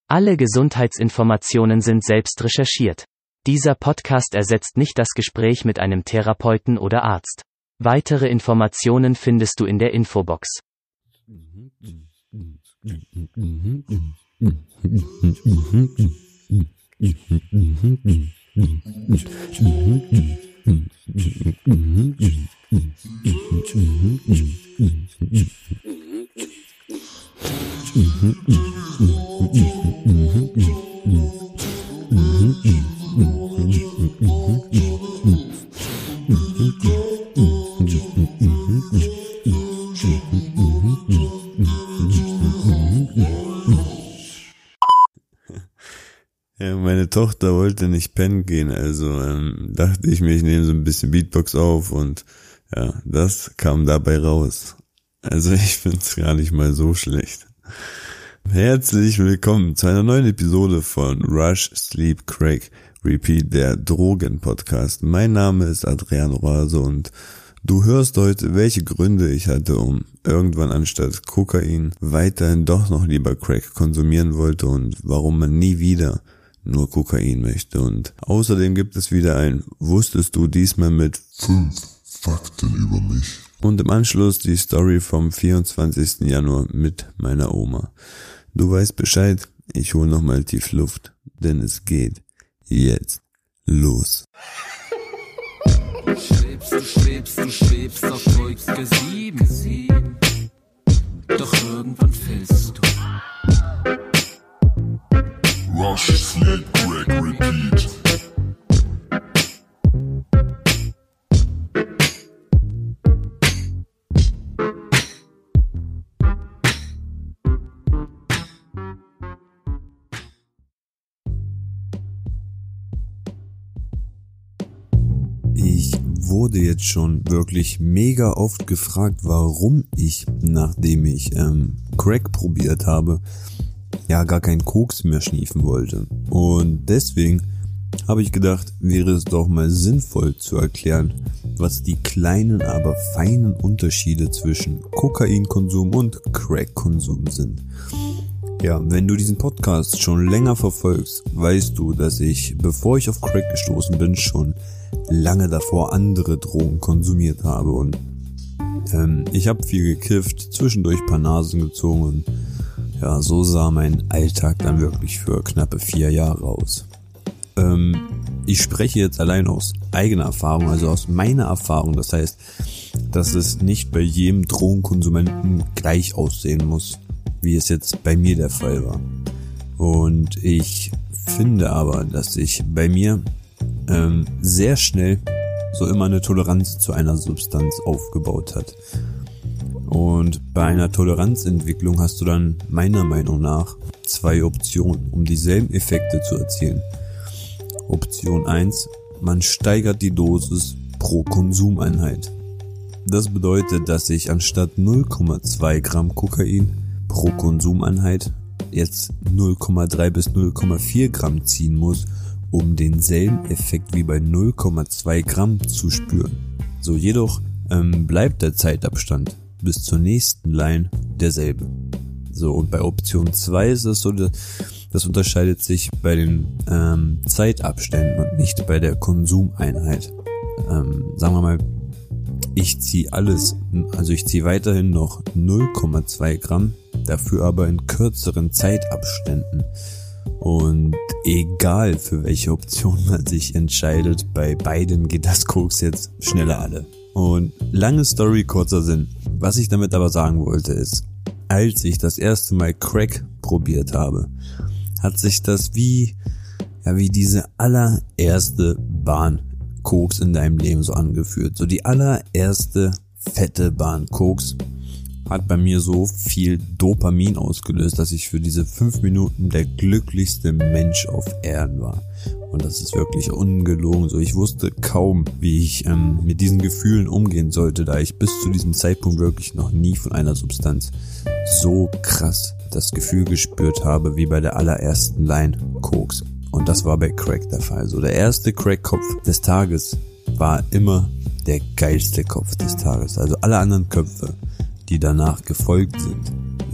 Alle Gesundheitsinformationen sind selbst recherchiert. Dieser Podcast ersetzt nicht das Gespräch mit einem Therapeuten oder Arzt. Weitere Informationen findest du in der Infobox. Ja, meine Tochter wollte nicht pennen gehen, also dachte ich mir, ich nehme so ein bisschen Beatbox auf und ja, das kam dabei raus. Also ich find's gar nicht mal so schlecht. Herzlich willkommen zu einer neuen Episode von Rush, Sleep, Crack, Repeat, der Drogen-Podcast. Mein Name ist Adrian Roase und du hörst heute, welche Gründe ich hatte, um irgendwann anstatt Kokain weiterhin doch noch lieber Crack konsumieren wollte und warum man nie wieder nur Kokain möchte. Und außerdem gibt es wieder ein Wusstest du diesmal mit 5 Fakten über mich. Und im Anschluss die Story vom 24. Januar mit meiner Oma. Du weißt Bescheid, ich hol nochmal tief Luft, denn es geht jetzt los. Du schwebst auf Wolke 7. Doch irgendwann fällst du. Rush, Sleep, Crack, Repeat. Ich wurde jetzt schon wirklich mega oft gefragt, warum ich, nachdem ich Crack probiert habe, ja gar keinen Koks mehr schniefen wollte. Und deswegen habe ich gedacht, wäre es doch mal sinnvoll zu erklären, was die kleinen, aber feinen Unterschiede zwischen Kokainkonsum und Crack-Konsum sind. Ja, wenn du diesen Podcast schon länger verfolgst, weißt du, dass ich, bevor ich auf Crack gestoßen bin, schon lange davor andere Drogen konsumiert habe. Und ich habe viel gekifft, zwischendurch ein paar Nasen gezogen und ja, so sah mein Alltag dann wirklich für knappe 4 Jahre aus. Ich spreche jetzt allein aus eigener Erfahrung, also aus meiner Erfahrung. Das heißt, dass es nicht bei jedem Drogenkonsumenten gleich aussehen muss, wie es jetzt bei mir der Fall war. Und ich finde aber, dass sich bei mir sehr schnell so immer eine Toleranz zu einer Substanz aufgebaut hat. Und bei einer Toleranzentwicklung hast du dann meiner Meinung nach 2 Optionen, um dieselben Effekte zu erzielen. Option 1, man steigert die Dosis pro Konsumeinheit. Das bedeutet, dass ich anstatt 0,2 Gramm Kokain pro Konsumeinheit jetzt 0,3 bis 0,4 Gramm ziehen muss, um denselben Effekt wie bei 0,2 Gramm zu spüren. So, jedoch bleibt der Zeitabstand bis zur nächsten Line derselbe. So, und bei Option 2 ist es so, das unterscheidet sich bei den Zeitabständen und nicht bei der Konsumeinheit. Sagen wir mal, ich ziehe weiterhin noch 0,2 Gramm, dafür aber in kürzeren Zeitabständen. Und egal für welche Option man sich entscheidet, bei beiden geht das Koks jetzt schneller alle. Und lange Story, kurzer Sinn. Was ich damit aber sagen wollte ist, als ich das erste Mal Crack probiert habe, hat sich das wie diese allererste Bahn Koks in deinem Leben so angefühlt. So die allererste fette Bahn Koks hat bei mir so viel Dopamin ausgelöst, dass ich für diese 5 Minuten der glücklichste Mensch auf Erden war. Und das ist wirklich ungelogen so. Ich wusste kaum, wie ich mit diesen Gefühlen umgehen sollte, da ich bis zu diesem Zeitpunkt wirklich noch nie von einer Substanz so krass das Gefühl gespürt habe, wie bei der allerersten Line Koks. Und das war bei Crack der Fall. So, der erste Crack-Kopf des Tages war immer der geilste Kopf des Tages. Also alle anderen Köpfe, die danach gefolgt sind,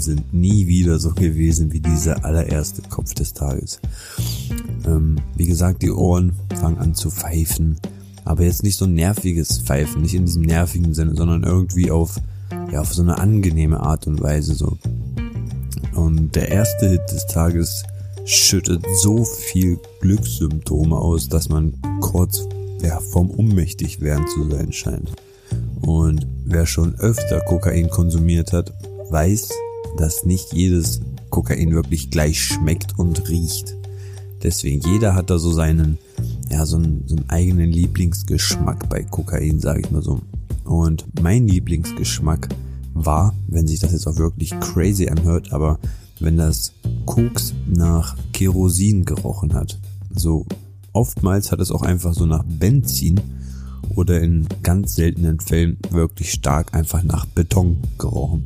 sind nie wieder so gewesen wie dieser allererste Kopf des Tages. Wie gesagt, die Ohren fangen an zu pfeifen, aber jetzt nicht so ein nerviges Pfeifen, nicht in diesem nervigen Sinne, sondern irgendwie auf so eine angenehme Art und Weise so. Und der erste Hit des Tages schüttet so viel Glückssymptome aus, dass man kurz vorm ohnmächtig werden zu sein scheint. Und wer schon öfter Kokain konsumiert hat, weiß, dass nicht jedes Kokain wirklich gleich schmeckt und riecht. Deswegen, jeder hat da so seinen eigenen Lieblingsgeschmack bei Kokain, sage ich mal so. Und mein Lieblingsgeschmack war, wenn sich das jetzt auch wirklich crazy anhört, aber wenn das Koks nach Kerosin gerochen hat. So oftmals hat es auch einfach so nach Benzin oder in ganz seltenen Fällen wirklich stark einfach nach Beton gerochen.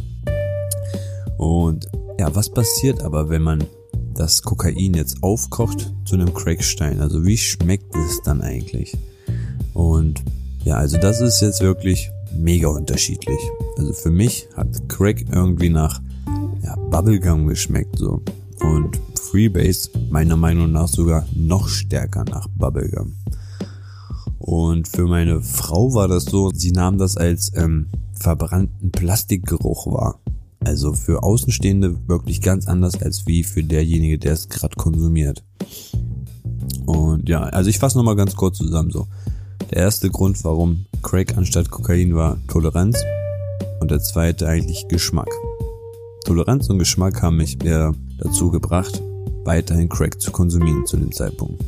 Und ja, was passiert aber, wenn man das Kokain jetzt aufkocht zu einem Crackstein? Also wie schmeckt es dann eigentlich? Und ja, also das ist jetzt wirklich mega unterschiedlich. Also für mich hat Crack irgendwie nach Bubblegum geschmeckt so. Und Freebase meiner Meinung nach sogar noch stärker nach Bubblegum. Und für meine Frau war das so, sie nahm das als verbrannten Plastikgeruch wahr. Also für Außenstehende wirklich ganz anders als wie für derjenige, der es gerade konsumiert. Und ja, also ich fasse nochmal ganz kurz zusammen so. Der erste Grund, warum Crack anstatt Kokain war, Toleranz. Und der zweite eigentlich Geschmack. Toleranz und Geschmack haben mich eher dazu gebracht, weiterhin Crack zu konsumieren zu dem Zeitpunkt.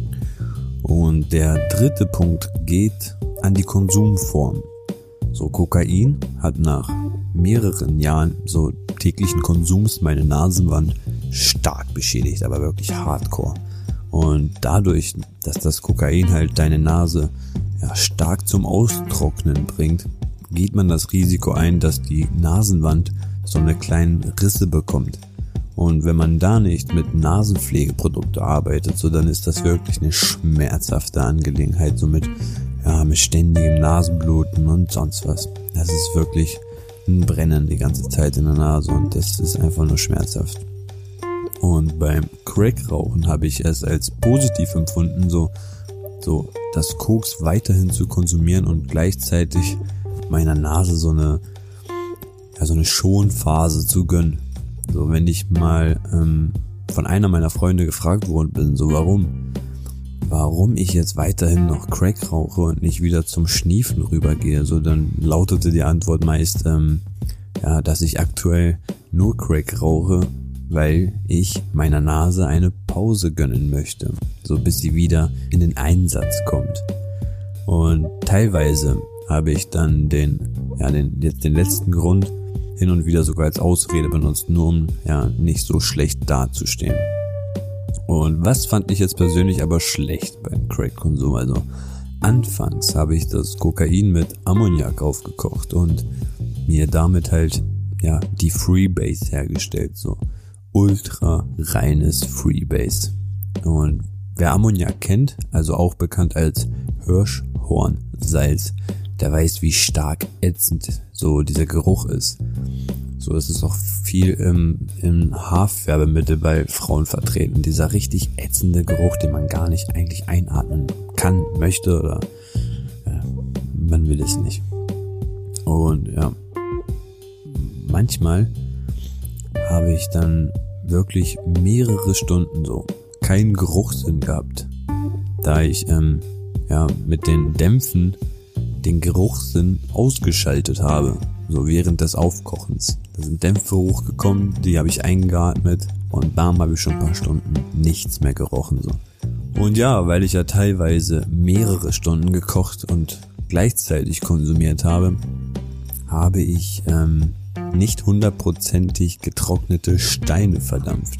Und der dritte Punkt geht an die Konsumform. So, Kokain hat nach mehreren Jahren so täglichen Konsums meine Nasenwand stark beschädigt, aber wirklich hardcore. Und dadurch, dass das Kokain halt deine Nase stark zum Austrocknen bringt, geht man das Risiko ein, dass die Nasenwand so eine kleine Risse bekommt. Und wenn man da nicht mit Nasenpflegeprodukten arbeitet, so dann ist das wirklich eine schmerzhafte Angelegenheit, so mit ständigem Nasenbluten und sonst was. Das ist wirklich ein Brennen die ganze Zeit in der Nase und das ist einfach nur schmerzhaft. Und beim Crack-Rauchen habe ich es als positiv empfunden, so das Koks weiterhin zu konsumieren und gleichzeitig meiner Nase so eine Schonphase zu gönnen. So, wenn ich mal von einer meiner Freunde gefragt worden bin, so warum ich jetzt weiterhin noch Crack rauche und nicht wieder zum Schniefen rübergehe, so dann lautete die Antwort meist, dass ich aktuell nur Crack rauche, weil ich meiner Nase eine Pause gönnen möchte, so bis sie wieder in den Einsatz kommt. Und teilweise habe ich dann den letzten Grund hin und wieder sogar als Ausrede benutzt, nur um nicht so schlecht dazustehen. Und was fand ich jetzt persönlich aber schlecht beim Crack-Konsum? Also anfangs habe ich das Kokain mit Ammoniak aufgekocht und mir damit halt die Freebase hergestellt, so ultra reines Freebase. Und wer Ammoniak kennt, also auch bekannt als Hirschhornsalz, der weiß, wie stark ätzend so dieser Geruch ist. So, es ist auch viel im Haarfärbemittel bei Frauen vertreten. Dieser richtig ätzende Geruch, den man gar nicht eigentlich einatmen kann, möchte oder man will es nicht. Und manchmal habe ich dann wirklich mehrere Stunden so keinen Geruchssinn gehabt, da ich mit den Dämpfen den Geruchssinn ausgeschaltet habe, so während des Aufkochens. Da sind Dämpfe hochgekommen, die habe ich eingeatmet und bam, habe ich schon ein paar Stunden nichts mehr gerochen. So. Und weil ich teilweise mehrere Stunden gekocht und gleichzeitig konsumiert habe, habe ich nicht 100%ig getrocknete Steine verdampft.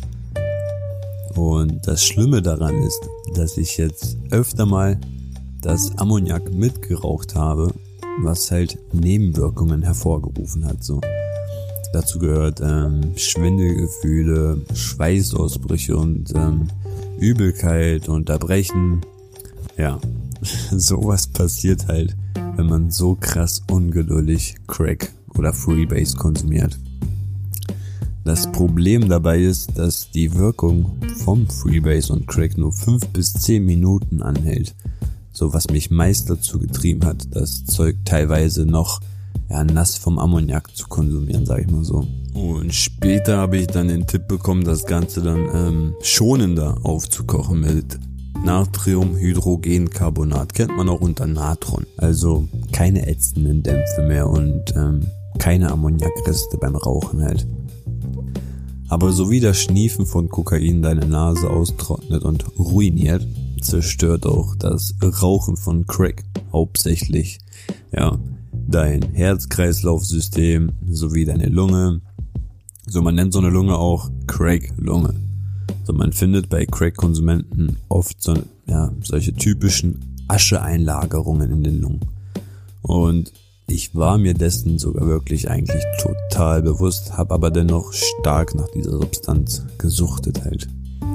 Und das Schlimme daran ist, dass ich jetzt öfter mal das Ammoniak mitgeraucht habe, was halt Nebenwirkungen hervorgerufen hat. So. Dazu gehört Schwindelgefühle, Schweißausbrüche und Übelkeit und Erbrechen. Ja, sowas passiert halt, wenn man so krass ungeduldig Crack oder Freebase konsumiert. Das Problem dabei ist, dass die Wirkung vom Freebase und Crack nur 5 bis 10 Minuten anhält. So, was mich meist dazu getrieben hat, das Zeug teilweise noch nass vom Ammoniak zu konsumieren, sag ich mal so. Und später habe ich dann den Tipp bekommen, das Ganze dann schonender aufzukochen mit Natriumhydrogencarbonat. Kennt man auch unter Natron. Also keine ätzenden Dämpfe mehr und keine Ammoniakreste beim Rauchen halt. Aber so wie das Schniefen von Kokain deine Nase austrocknet und ruiniert, zerstört auch das Rauchen von Crack hauptsächlich dein Herz-Kreislauf-System sowie deine Lunge. So, man nennt so eine Lunge auch Crack-Lunge. So, man findet bei Crack-Konsumenten oft solche typischen Ascheeinlagerungen in den Lungen. Und ich war mir dessen sogar wirklich eigentlich total bewusst, habe aber dennoch stark nach dieser Substanz gesuchtet halt.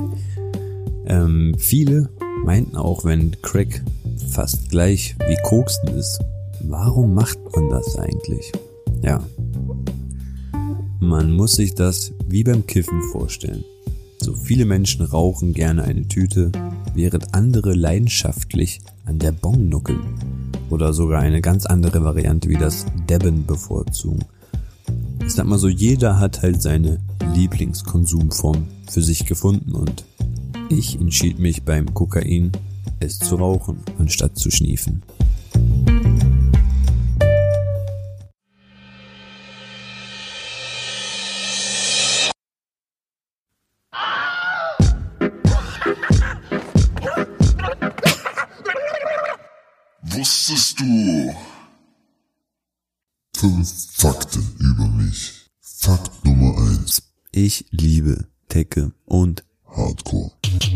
Viele meinten auch, wenn Crack fast gleich wie Koksen ist, warum macht man das eigentlich? Ja, man muss sich das wie beim Kiffen vorstellen. So viele Menschen rauchen gerne eine Tüte, während andere leidenschaftlich an der Bong nuckeln. Oder sogar eine ganz andere Variante wie das Dabben bevorzugen. Ich sag mal so, jeder hat halt seine Lieblingskonsumform für sich gefunden und ich entschied mich beim Kokain, es zu rauchen, anstatt zu schniefen. Wusstest du? 5 Fakten über mich. Fakt Nummer 1. Ich liebe Techno und Hardcore.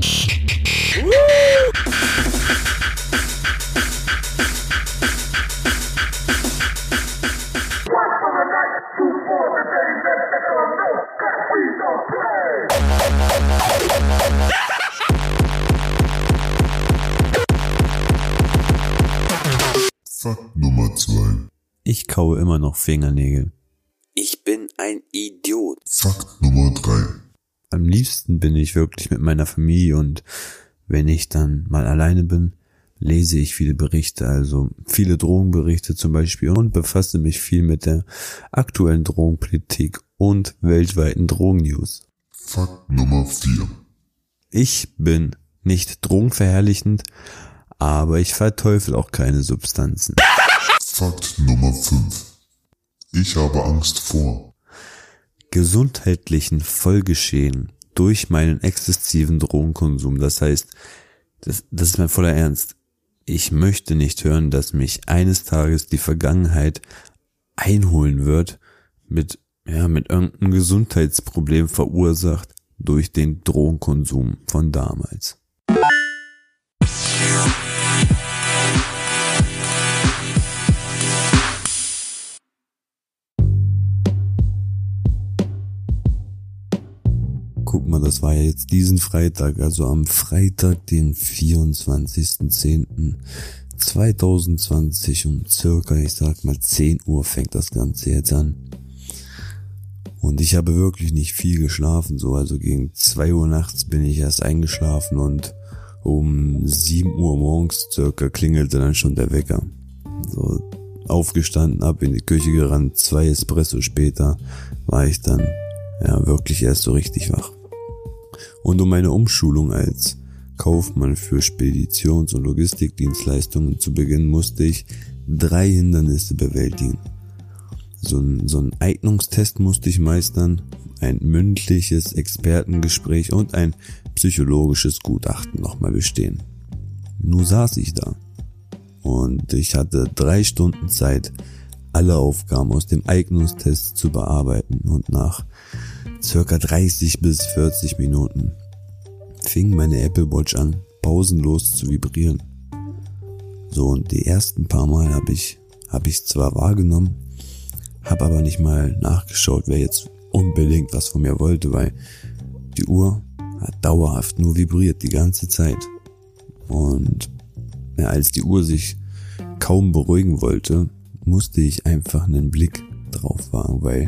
Fakt Nummer 2. Ich kaue immer noch Fingernägel. Ich bin ein Idiot. Fakt Nummer 3. Am liebsten bin ich wirklich mit meiner Familie und wenn ich dann mal alleine bin, lese ich viele Berichte, also viele Drogenberichte zum Beispiel und befasse mich viel mit der aktuellen Drogenpolitik und weltweiten Drogennews. Fakt Nummer 4. Ich bin nicht drogenverherrlichend, aber ich verteufel auch keine Substanzen. Fakt Nummer 5. Ich habe Angst vor gesundheitlichen Folgeschäden durch meinen exzessiven Drogenkonsum. Das heißt, das ist mein voller Ernst. Ich möchte nicht hören, dass mich eines Tages die Vergangenheit einholen wird mit irgendeinem Gesundheitsproblem verursacht durch den Drogenkonsum von damals. Guck mal, das war ja jetzt diesen Freitag, also am Freitag, den 24.10.2020 um circa, ich sag mal 10 Uhr fängt das Ganze jetzt an. Und ich habe wirklich nicht viel geschlafen, also gegen 2 Uhr nachts bin ich erst eingeschlafen und um 7 Uhr morgens circa klingelte dann schon der Wecker. So, aufgestanden, ab in die Küche gerannt, 2 Espresso später war ich dann wirklich erst so richtig wach. Und um meine Umschulung als Kaufmann für Speditions- und Logistikdienstleistungen zu beginnen, musste ich 3 Hindernisse bewältigen. So ein Eignungstest musste ich meistern, ein mündliches Expertengespräch und ein psychologisches Gutachten nochmal bestehen. Nun saß ich da und ich hatte 3 Stunden Zeit, alle Aufgaben aus dem Eignungstest zu bearbeiten und nach circa 30 bis 40 Minuten fing meine Apple Watch an, pausenlos zu vibrieren. So, und die ersten paar Mal habe ich zwar wahrgenommen, habe aber nicht mal nachgeschaut, wer jetzt unbedingt was von mir wollte, weil die Uhr hat dauerhaft nur vibriert die ganze Zeit. Und als die Uhr sich kaum beruhigen wollte, musste ich einfach einen Blick drauf wagen, weil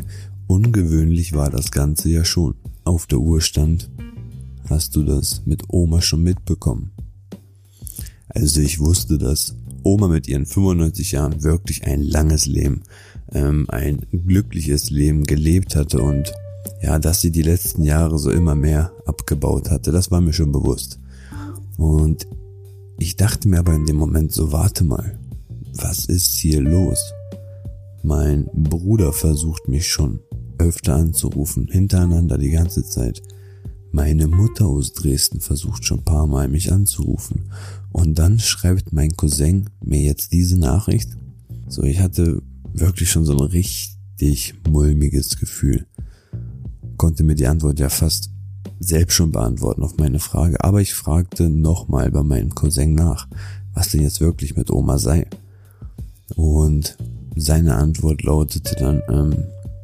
ungewöhnlich war das Ganze ja schon. Auf der Uhr stand: Hast du das mit Oma schon mitbekommen? Also ich wusste, dass Oma mit ihren 95 Jahren wirklich ein langes Leben, ein glückliches Leben gelebt hatte und ja, dass sie die letzten Jahre so immer mehr abgebaut hatte, das war mir schon bewusst. Und ich dachte mir aber in dem Moment so, warte mal, was ist hier los? Mein Bruder versucht mich schon öfter anzurufen, hintereinander die ganze Zeit. Meine Mutter aus Dresden versucht schon ein paar Mal mich anzurufen. Und dann schreibt mein Cousin mir jetzt diese Nachricht. So, ich hatte wirklich schon so ein richtig mulmiges Gefühl. Konnte mir die Antwort ja fast selbst schon beantworten auf meine Frage. Aber ich fragte nochmal bei meinem Cousin nach, was denn jetzt wirklich mit Oma sei. Und seine Antwort lautete dann,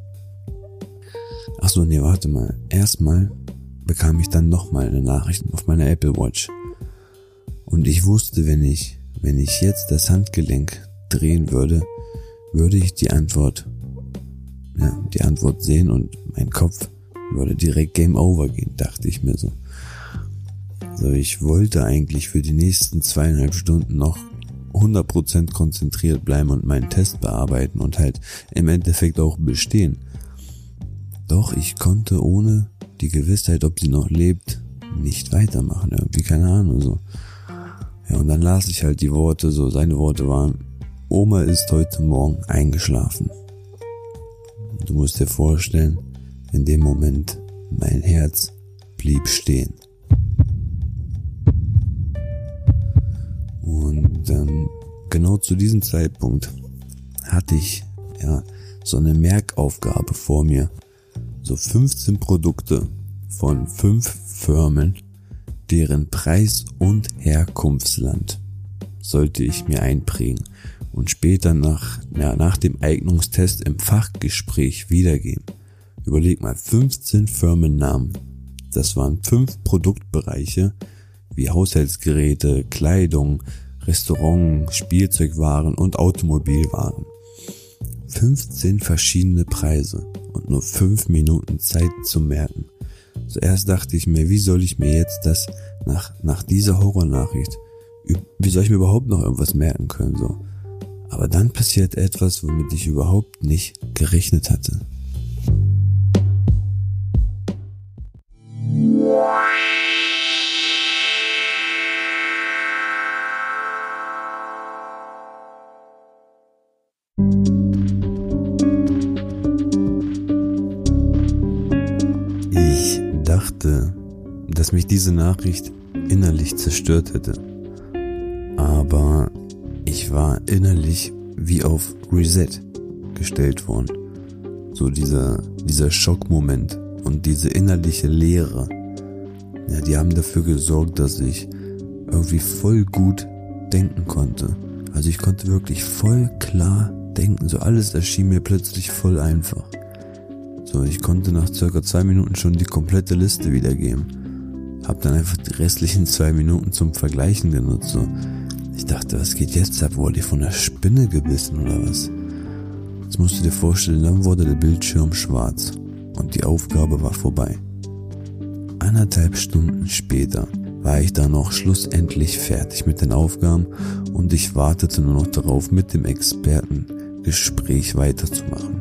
erstmal bekam ich dann nochmal eine Nachricht auf meiner Apple Watch. Und ich wusste, wenn ich jetzt das Handgelenk drehen würde, würde ich die Antwort sehen und mein Kopf würde direkt Game Over gehen, dachte ich mir so. So, ich wollte eigentlich für die nächsten 2,5 Stunden noch 100% konzentriert bleiben und meinen Test bearbeiten und halt im Endeffekt auch bestehen. Doch ich konnte ohne die Gewissheit, ob sie noch lebt, nicht weitermachen, irgendwie, keine Ahnung, so. Ja, und dann las ich halt die Worte, so, seine Worte waren: Oma ist heute Morgen eingeschlafen. Du musst dir vorstellen, in dem Moment, mein Herz blieb stehen. Und genau zu diesem Zeitpunkt hatte ich so eine Merkaufgabe vor mir. So 15 Produkte von 5 Firmen, deren Preis und Herkunftsland sollte ich mir einprägen und später nach dem Eignungstest im Fachgespräch wiedergeben. Überleg mal, 15 Firmennamen. Das waren 5 Produktbereiche wie Haushaltsgeräte, Kleidung, Restaurant, Spielzeugwaren und Automobilwaren. 15 verschiedene Preise und nur 5 Minuten Zeit zu merken. Zuerst dachte ich mir, wie soll ich mir jetzt das nach dieser Horrornachricht, wie soll ich mir überhaupt noch irgendwas merken können, so. Aber dann passiert etwas, womit ich überhaupt nicht gerechnet hatte. Ich dachte, dass mich diese Nachricht innerlich zerstört hätte. Aber ich war innerlich wie auf Reset gestellt worden. So dieser Schockmoment und diese innerliche Leere, ja, die haben dafür gesorgt, dass ich irgendwie voll gut denken konnte. Also ich konnte wirklich voll klar denken. So alles erschien mir plötzlich voll einfach. So, ich konnte nach circa 2 Minuten schon die komplette Liste wiedergeben. Hab dann einfach die restlichen 2 Minuten zum Vergleichen genutzt. So. Ich dachte, was geht jetzt ab? Wurde ich von einer Spinne gebissen oder was? Jetzt musst du dir vorstellen, dann wurde der Bildschirm schwarz und die Aufgabe war vorbei. 1,5 Stunden später war ich dann noch schlussendlich fertig mit den Aufgaben und ich wartete nur noch darauf, mit dem Expertengespräch weiterzumachen.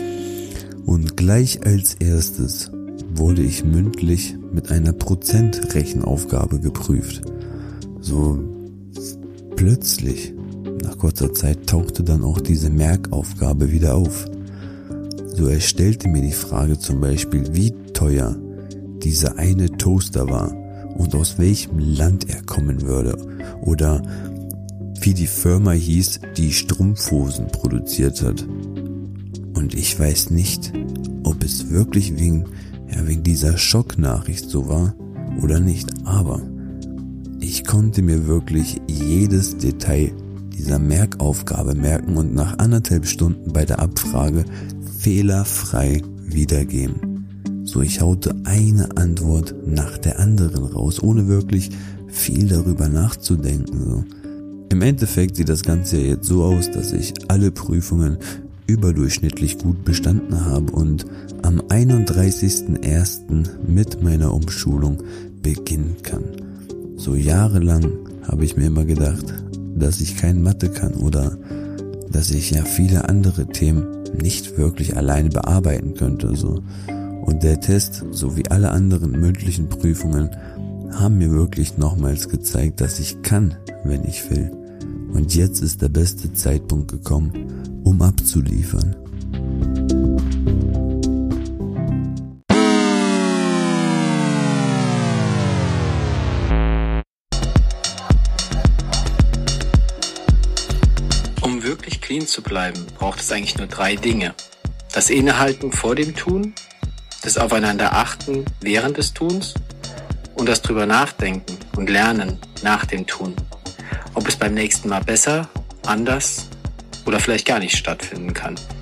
Und gleich als erstes wurde ich mündlich mit einer Prozentrechenaufgabe geprüft. So plötzlich, nach kurzer Zeit, tauchte dann auch diese Merkaufgabe wieder auf. So, er stellte mir die Frage zum Beispiel, wie teuer dieser eine Toaster war und aus welchem Land er kommen würde oder wie die Firma hieß, die Strumpfhosen produziert hat. Und ich weiß nicht, ob es wirklich wegen dieser Schocknachricht so war oder nicht, aber ich konnte mir wirklich jedes Detail dieser Merkaufgabe merken und nach 1,5 Stunden bei der Abfrage fehlerfrei wiedergeben. So, ich haute eine Antwort nach der anderen raus, ohne wirklich viel darüber nachzudenken. So. Im Endeffekt sieht das Ganze jetzt so aus, dass ich alle Prüfungen überdurchschnittlich gut bestanden habe und am 31.01. mit meiner Umschulung beginnen kann. So jahrelang habe ich mir immer gedacht, dass ich kein Mathe kann oder dass ich ja viele andere Themen nicht wirklich alleine bearbeiten könnte. So. Und der Test, so wie alle anderen mündlichen Prüfungen, haben mir wirklich nochmals gezeigt, dass ich kann, wenn ich will. Und jetzt ist der beste Zeitpunkt gekommen, um abzuliefern. Um wirklich clean zu bleiben, braucht es eigentlich nur 3 Dinge. Das Innehalten vor dem Tun, das Aufeinander achten während des Tuns und das drüber nachdenken und lernen nach dem Tun. Ob es beim nächsten Mal besser, anders oder vielleicht gar nicht stattfinden kann.